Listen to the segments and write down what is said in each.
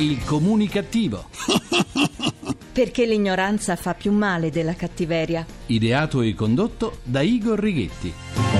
Il comunicativo. Perché l'ignoranza fa più male della cattiveria. Ideato e condotto da Igor Righetti.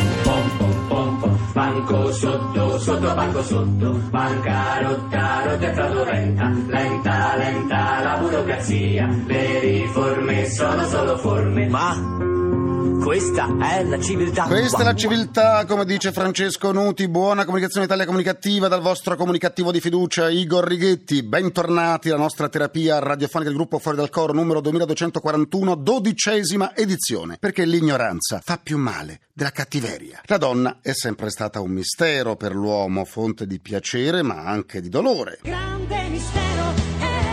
Banco sotto, sotto banco sotto, banca rotta, lenta, la burocrazia, le riforme sono solo forme. Ma questa è la civiltà. Questa è la civiltà, come dice Francesco Nuti. Buona comunicazione Italia comunicativa dal vostro comunicativo di fiducia Igor Righetti. Bentornati alla nostra terapia radiofonica del gruppo Fuori dal Coro numero 2241, 12ª edizione. Perché l'ignoranza fa più male della cattiveria. La donna è sempre stata un mistero per l'uomo, fonte di piacere ma anche di dolore. Grande mistero.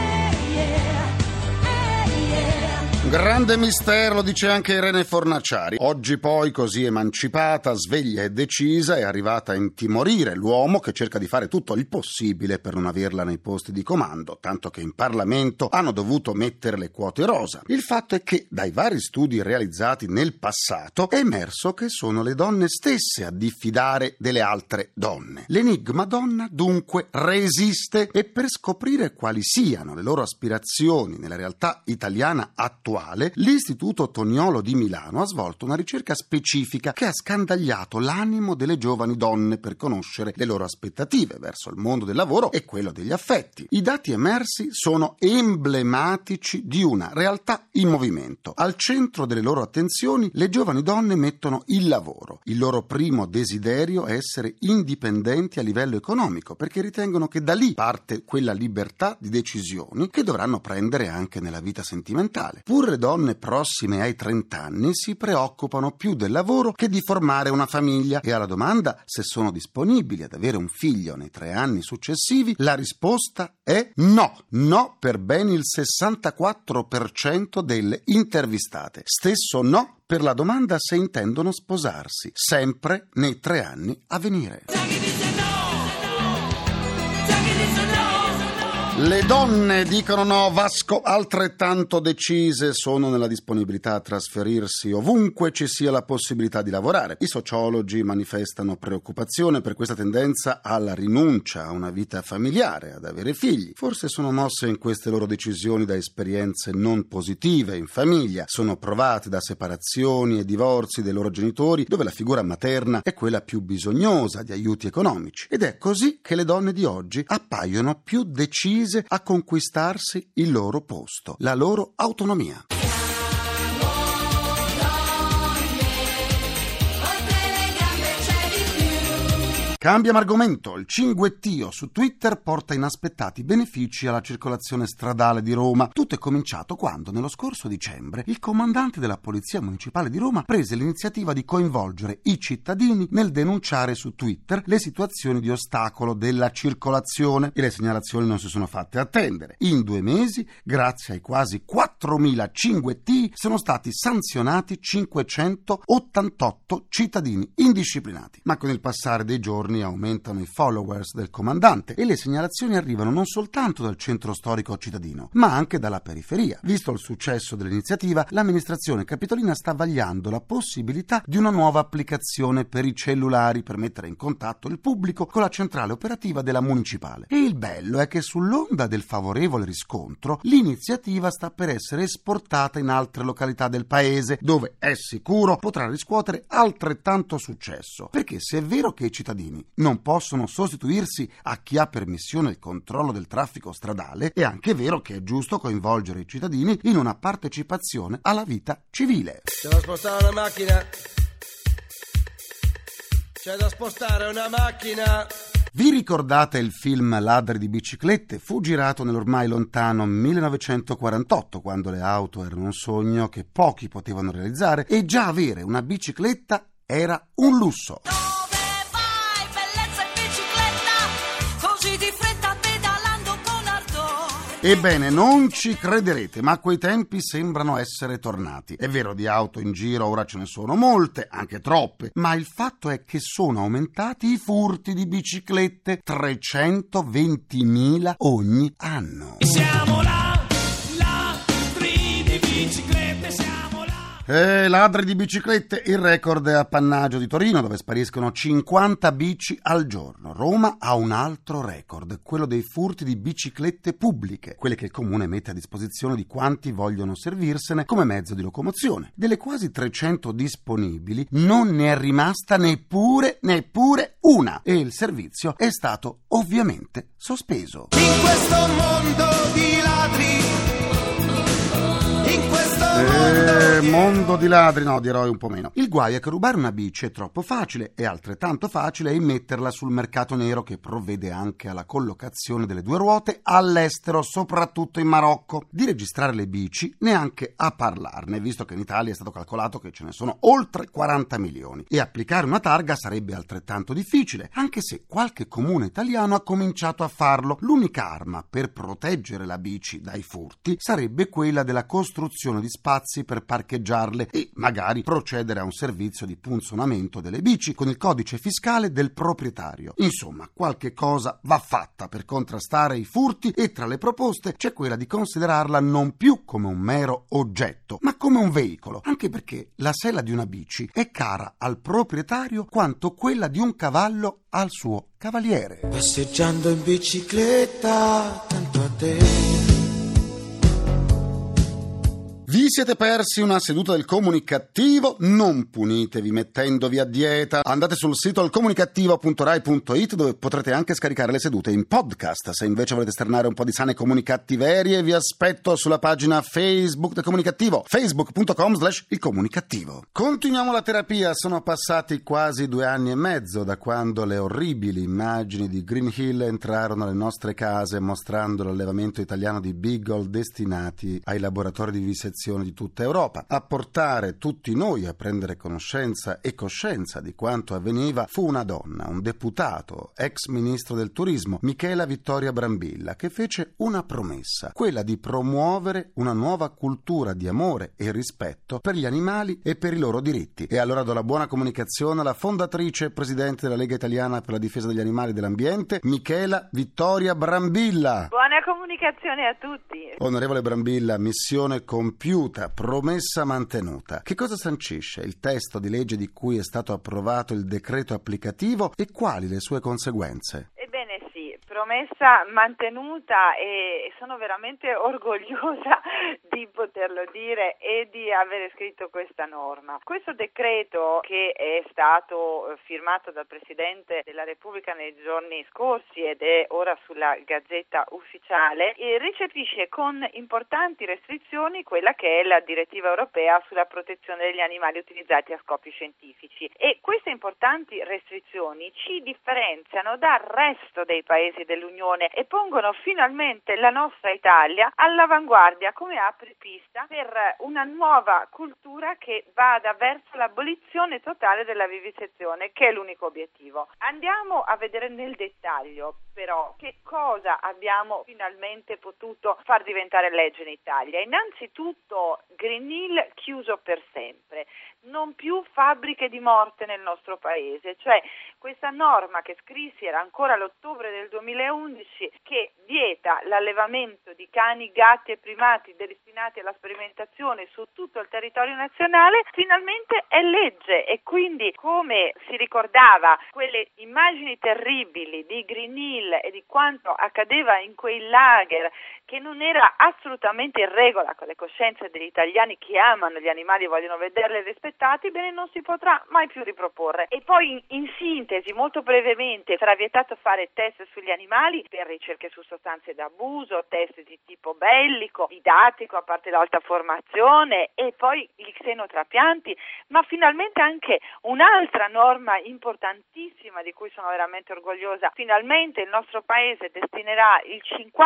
Grande mistero, lo dice anche Irene Fornaciari. Oggi poi, così emancipata, sveglia e decisa, è arrivata a intimorire l'uomo che cerca di fare tutto il possibile per non averla nei posti di comando, tanto che in Parlamento hanno dovuto mettere le quote rosa. Il fatto è che dai vari studi realizzati nel passato è emerso che sono le donne stesse a diffidare delle altre donne. L'enigma donna dunque resiste, e per scoprire quali siano le loro aspirazioni nella realtà italiana attuale, l'Istituto Toniolo di Milano ha svolto una ricerca specifica che ha scandagliato l'animo delle giovani donne per conoscere le loro aspettative verso il mondo del lavoro e quello degli affetti. I dati emersi sono emblematici di una realtà in movimento. Al centro delle loro attenzioni le giovani donne mettono il lavoro. Il loro primo desiderio è essere indipendenti a livello economico, perché ritengono che da lì parte quella libertà di decisioni che dovranno prendere anche nella vita sentimentale. Pure le donne prossime ai 30 anni si preoccupano più del lavoro che di formare una famiglia, e alla domanda se sono disponibili ad avere un figlio nei 3 anni successivi la risposta è no per ben il 64% delle intervistate. Stesso no per la domanda se intendono sposarsi, sempre nei 3 anni a venire. Le donne dicono no, Vasco altrettanto decise sono nella disponibilità a trasferirsi ovunque ci sia la possibilità di lavorare. I sociologi manifestano preoccupazione per questa tendenza alla rinuncia a una vita familiare, ad avere figli. Forse sono mosse in queste loro decisioni da esperienze non positive in famiglia, sono provate da separazioni e divorzi dei loro genitori, dove la figura materna è quella più bisognosa di aiuti economici. Ed è così che le donne di oggi appaiono più decise a conquistarsi il loro posto, la loro autonomia. Cambiamo argomento. Il cinguettio su Twitter porta inaspettati benefici alla circolazione stradale di Roma. Tutto è cominciato quando, nello scorso dicembre, il comandante della Polizia Municipale di Roma prese l'iniziativa di coinvolgere i cittadini nel denunciare su Twitter le situazioni di ostacolo della circolazione, e le segnalazioni non si sono fatte attendere. In 2 mesi, grazie ai quasi 4.000 cinguettii, sono stati sanzionati 588 cittadini indisciplinati. Ma con il passare dei giorni aumentano i followers del comandante e le segnalazioni arrivano non soltanto dal centro storico cittadino, ma anche dalla periferia. Visto il successo dell'iniziativa, l'amministrazione capitolina sta vagliando la possibilità di una nuova applicazione per i cellulari per mettere in contatto il pubblico con la centrale operativa della municipale. E il bello è che sull'onda del favorevole riscontro, l'iniziativa sta per essere esportata in altre località del paese, dove è sicuro potrà riscuotere altrettanto successo. Perché se è vero che i cittadini non possono sostituirsi a chi ha per missione il controllo del traffico stradale, è anche vero che è giusto coinvolgere i cittadini in una partecipazione alla vita civile. C'è da spostare una macchina. C'è da spostare una macchina. Vi ricordate il film Ladri di biciclette? Fu girato nell'ormai lontano 1948, quando le auto erano un sogno che pochi potevano realizzare e già avere una bicicletta era un lusso. Ebbene, non ci crederete, ma quei tempi sembrano essere tornati. È vero, di auto in giro ora ce ne sono molte, anche troppe, ma il fatto è che sono aumentati i furti di biciclette, 320.000 ogni anno. Siamo ladri di biciclette, siamo là. Ladri di biciclette, il record è appannaggio di Torino, dove spariscono 50 bici al giorno. Roma ha un altro record, quello dei furti di biciclette pubbliche, quelle che il comune mette a disposizione di quanti vogliono servirsene come mezzo di locomozione. Delle quasi 300 disponibili non ne è rimasta neppure una, e il servizio è stato ovviamente sospeso. In questo mondo di ladri, in questo mondo di ladri, no, di eroi un po' meno. Il guaio è che rubare una bici è troppo facile, e altrettanto facile è immetterla sul mercato nero, che provvede anche alla collocazione delle due ruote all'estero, soprattutto in Marocco. Di registrare le bici neanche a parlarne, visto che in Italia è stato calcolato che ce ne sono oltre 40 milioni, e applicare una targa sarebbe altrettanto difficile, anche se qualche comune italiano ha cominciato a farlo. L'unica arma per proteggere la bici dai furti sarebbe quella della costruzione di spazi per parcheggiarle e magari procedere a un servizio di punzonamento delle bici con il codice fiscale del proprietario. Insomma, qualche cosa va fatta per contrastare i furti, e tra le proposte c'è quella di considerarla non più come un mero oggetto, ma come un veicolo, anche perché la sella di una bici è cara al proprietario quanto quella di un cavallo al suo cavaliere. passeggiando in bicicletta, tanto a te. Vi siete persi una seduta del Comunicativo? Non punitevi mettendovi a dieta. Andate sul sito alcomunicativo.rai.it, dove potrete anche scaricare le sedute in podcast. Se invece volete esternare un po' di sane comunicattiverie, vi aspetto sulla pagina Facebook del Comunicativo, facebook.com/ilcomunicativo. Continuiamo la terapia. Sono passati quasi 2 anni e mezzo da quando le orribili immagini di Green Hill entrarono nelle nostre case, mostrando l'allevamento italiano di beagle destinati ai laboratori di vivisezione di tutta Europa. A portare tutti noi a prendere conoscenza e coscienza di quanto avveniva fu una donna, un deputato, ex ministro del turismo, Michela Vittoria Brambilla, che fece una promessa, quella di promuovere una nuova cultura di amore e rispetto per gli animali e per i loro diritti. E allora do la buona comunicazione alla fondatrice e presidente della Lega Italiana per la difesa degli animali e dell'ambiente, Michela Vittoria Brambilla. Buona comunicazione a tutti. Onorevole Brambilla, missione compiuta, promessa mantenuta. Che cosa sancisce il testo di legge di cui è stato approvato il decreto applicativo e quali le sue conseguenze? Ebbene sì, promessa mantenuta, e sono veramente orgogliosa di poterlo dire e di avere scritto questa norma. Questo decreto, che è stato firmato dal Presidente della Repubblica nei giorni scorsi ed è ora sulla Gazzetta Ufficiale, recepisce con importanti restrizioni quella che è la direttiva europea sulla protezione degli animali utilizzati a scopi scientifici, e queste importanti restrizioni ci differenziano dal resto dei paesi dell'Unione e pongono finalmente la nostra Italia all'avanguardia come apripista per una nuova cultura che vada verso l'abolizione totale della vivisezione, che è l'unico obiettivo. Andiamo a vedere nel dettaglio però che cosa abbiamo finalmente potuto far diventare legge in Italia. Innanzitutto Green Hill chiuso per sempre, non più fabbriche di morte nel nostro paese, cioè questa norma che scrissi era ancora l'ottobre del 2011, che vieta l'allevamento di cani, gatti e primati destinati alla sperimentazione su tutto il territorio nazionale, finalmente è legge. E quindi, come si ricordava quelle immagini terribili di Green Hill e di quanto accadeva in quei lager, che non era assolutamente in regola con le coscienze degli italiani che amano gli animali e vogliono vederli rispettati, bene, non si potrà mai più riproporre. E poi in sintesi, molto brevemente, sarà vietato fare test sugli animali per ricerche su sostanze d'abuso, test di tipo bellico, didattico, a parte l'alta formazione, e poi gli xenotrapianti, ma finalmente anche un'altra norma importantissima di cui sono veramente orgogliosa. Finalmente il nostro paese destinerà il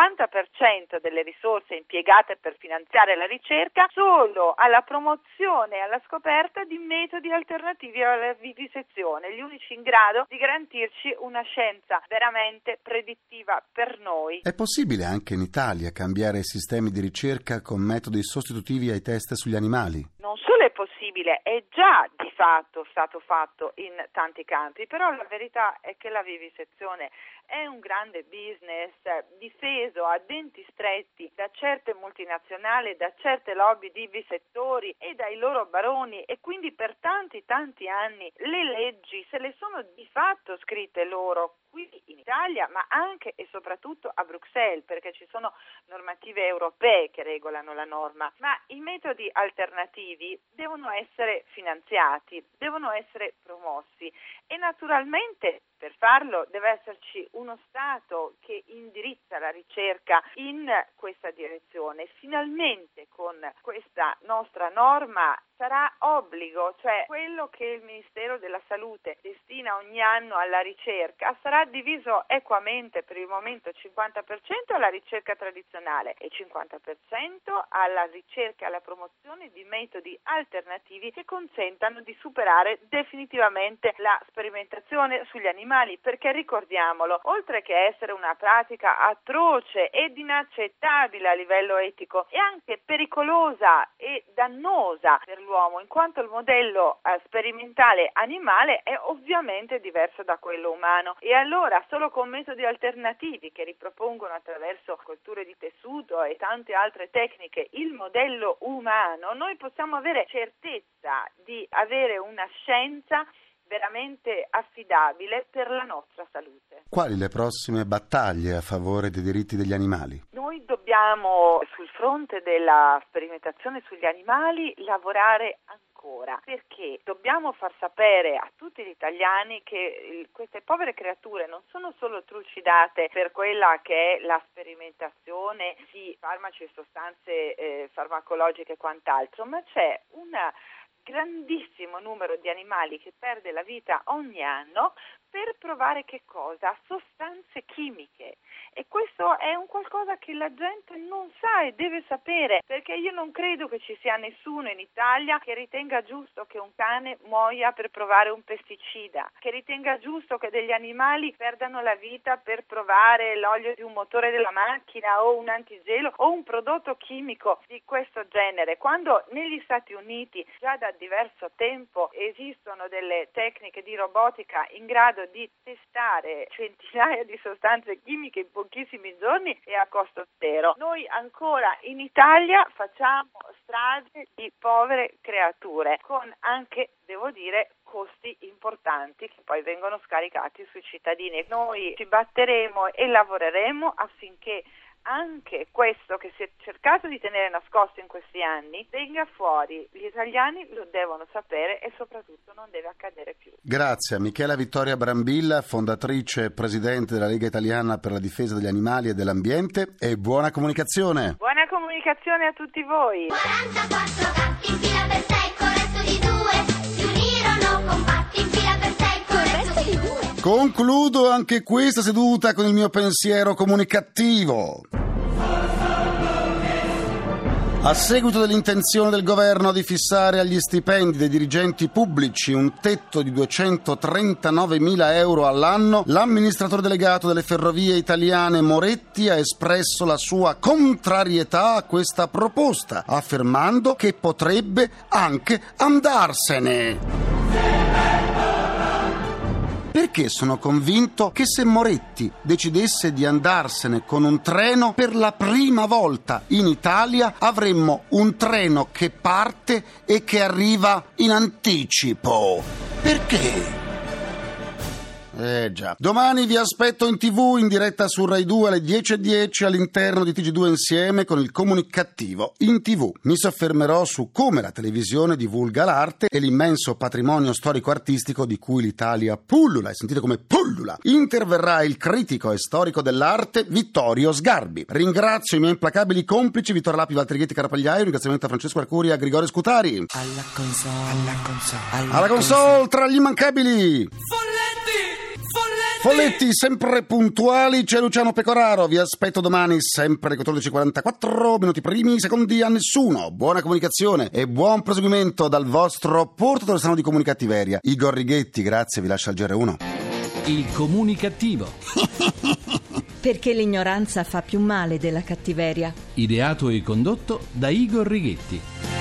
50% delle risorse impiegate per finanziare la ricerca solo alla promozione e alla scoperta di metodi alternativi alla vivisezione, gli unici in grado di garantirci una scienza veramente predittiva per noi. È possibile anche in Italia cambiare sistemi di ricerca con metodi sostitutivi ai test sugli animali? Non solo è possibile, sostenibile è già di fatto stato fatto in tanti campi, però la verità è che la vivisezione è un grande business difeso a denti stretti da certe multinazionali, da certe lobby di vivisettori e dai loro baroni, e quindi per tanti anni le leggi se le sono di fatto scritte loro qui in Italia, ma anche e soprattutto a Bruxelles, perché ci sono normative europee che regolano la norma, ma i metodi alternativi devono essere finanziati, devono essere promossi e naturalmente per farlo deve esserci uno Stato che indirizza la ricerca in questa direzione. Finalmente con questa nostra norma sarà obbligo, cioè quello che il Ministero della Salute destina ogni anno alla ricerca sarà diviso equamente, per il momento 50% alla ricerca tradizionale e 50% alla ricerca e alla promozione di metodi alternativi che consentano di superare definitivamente la sperimentazione sugli animali, perché ricordiamolo, oltre che essere una pratica atroce ed inaccettabile a livello etico, è anche pericolosa e dannosa per l'uomo, in quanto il modello sperimentale animale è ovviamente diverso da quello umano, e allora solo con metodi alternativi che ripropongono attraverso colture di tessuto e tante altre tecniche il modello umano noi possiamo avere certezza di avere una scienza veramente affidabile per la nostra salute. Quali le prossime battaglie a favore dei diritti degli animali? Noi dobbiamo, sul fronte della sperimentazione sugli animali, lavorare ancora, perché dobbiamo far sapere a tutti gli italiani che queste povere creature non sono solo trucidate per quella che è la sperimentazione di farmaci e sostanze farmacologiche e quant'altro, ma c'è un grandissimo numero di animali che perde la vita ogni anno per provare che cosa? Sostanze chimiche. E questo è un qualcosa che la gente non sa e deve sapere, perché io non credo che ci sia nessuno in Italia che ritenga giusto che un cane muoia per provare un pesticida, che ritenga giusto che degli animali perdano la vita per provare l'olio di un motore della macchina o un antigelo o un prodotto chimico di questo genere, quando negli Stati Uniti già da diverso tempo esistono delle tecniche di robotica in grado di testare centinaia di sostanze chimiche in pochissimi giorni e a costo zero. Noi ancora in Italia facciamo strage di povere creature, con anche, devo dire, costi importanti che poi vengono scaricati sui cittadini. Noi ci batteremo e lavoreremo affinché anche questo che si è cercato di tenere nascosto in questi anni venga fuori. Gli italiani lo devono sapere e soprattutto non deve accadere più. Grazie a Michela Vittoria Brambilla, fondatrice e presidente della Lega Italiana per la Difesa degli Animali e dell'Ambiente, e buona comunicazione. Buona comunicazione a tutti voi. 44 gatti in fila per 6 con resto di 2 si unirono compatti in fila per 6 con resto di 2. Concludo anche questa seduta con il mio pensiero comunicativo. A seguito dell'intenzione del governo di fissare agli stipendi dei dirigenti pubblici un tetto di 239.000 euro all'anno, l'amministratore delegato delle Ferrovie Italiane Moretti ha espresso la sua contrarietà a questa proposta, affermando che potrebbe anche andarsene. Perché sono convinto che se Moretti decidesse di andarsene con un treno, per la prima volta in Italia avremmo un treno che parte e che arriva in anticipo. Perché? Già. Domani vi aspetto in TV, in diretta su Rai 2 alle 10:10 all'interno di TG2 Insieme con il comunicativo in TV. Mi soffermerò su come la televisione divulga l'arte e l'immenso patrimonio storico-artistico di cui l'Italia pullula, e sentite come pullula. Interverrà il critico e storico dell'arte Vittorio Sgarbi. Ringrazio i miei implacabili complici Vittorio Lapi, Valtrighetti, Carapagliaio, un ringraziamento a Francesco Arcuri e a Grigore Scutari. Alla console tra gli immancabili Folletti, sempre puntuali, c'è Luciano Pecoraro. Vi aspetto domani, sempre alle 14:44, minuti primi, secondi a nessuno. Buona comunicazione e buon proseguimento dal vostro portatore strano di comunicattiveria, Igor Righetti. Grazie, vi lascio al GR1. Il comunicativo. Perché l'ignoranza fa più male della cattiveria. Ideato e condotto da Igor Righetti.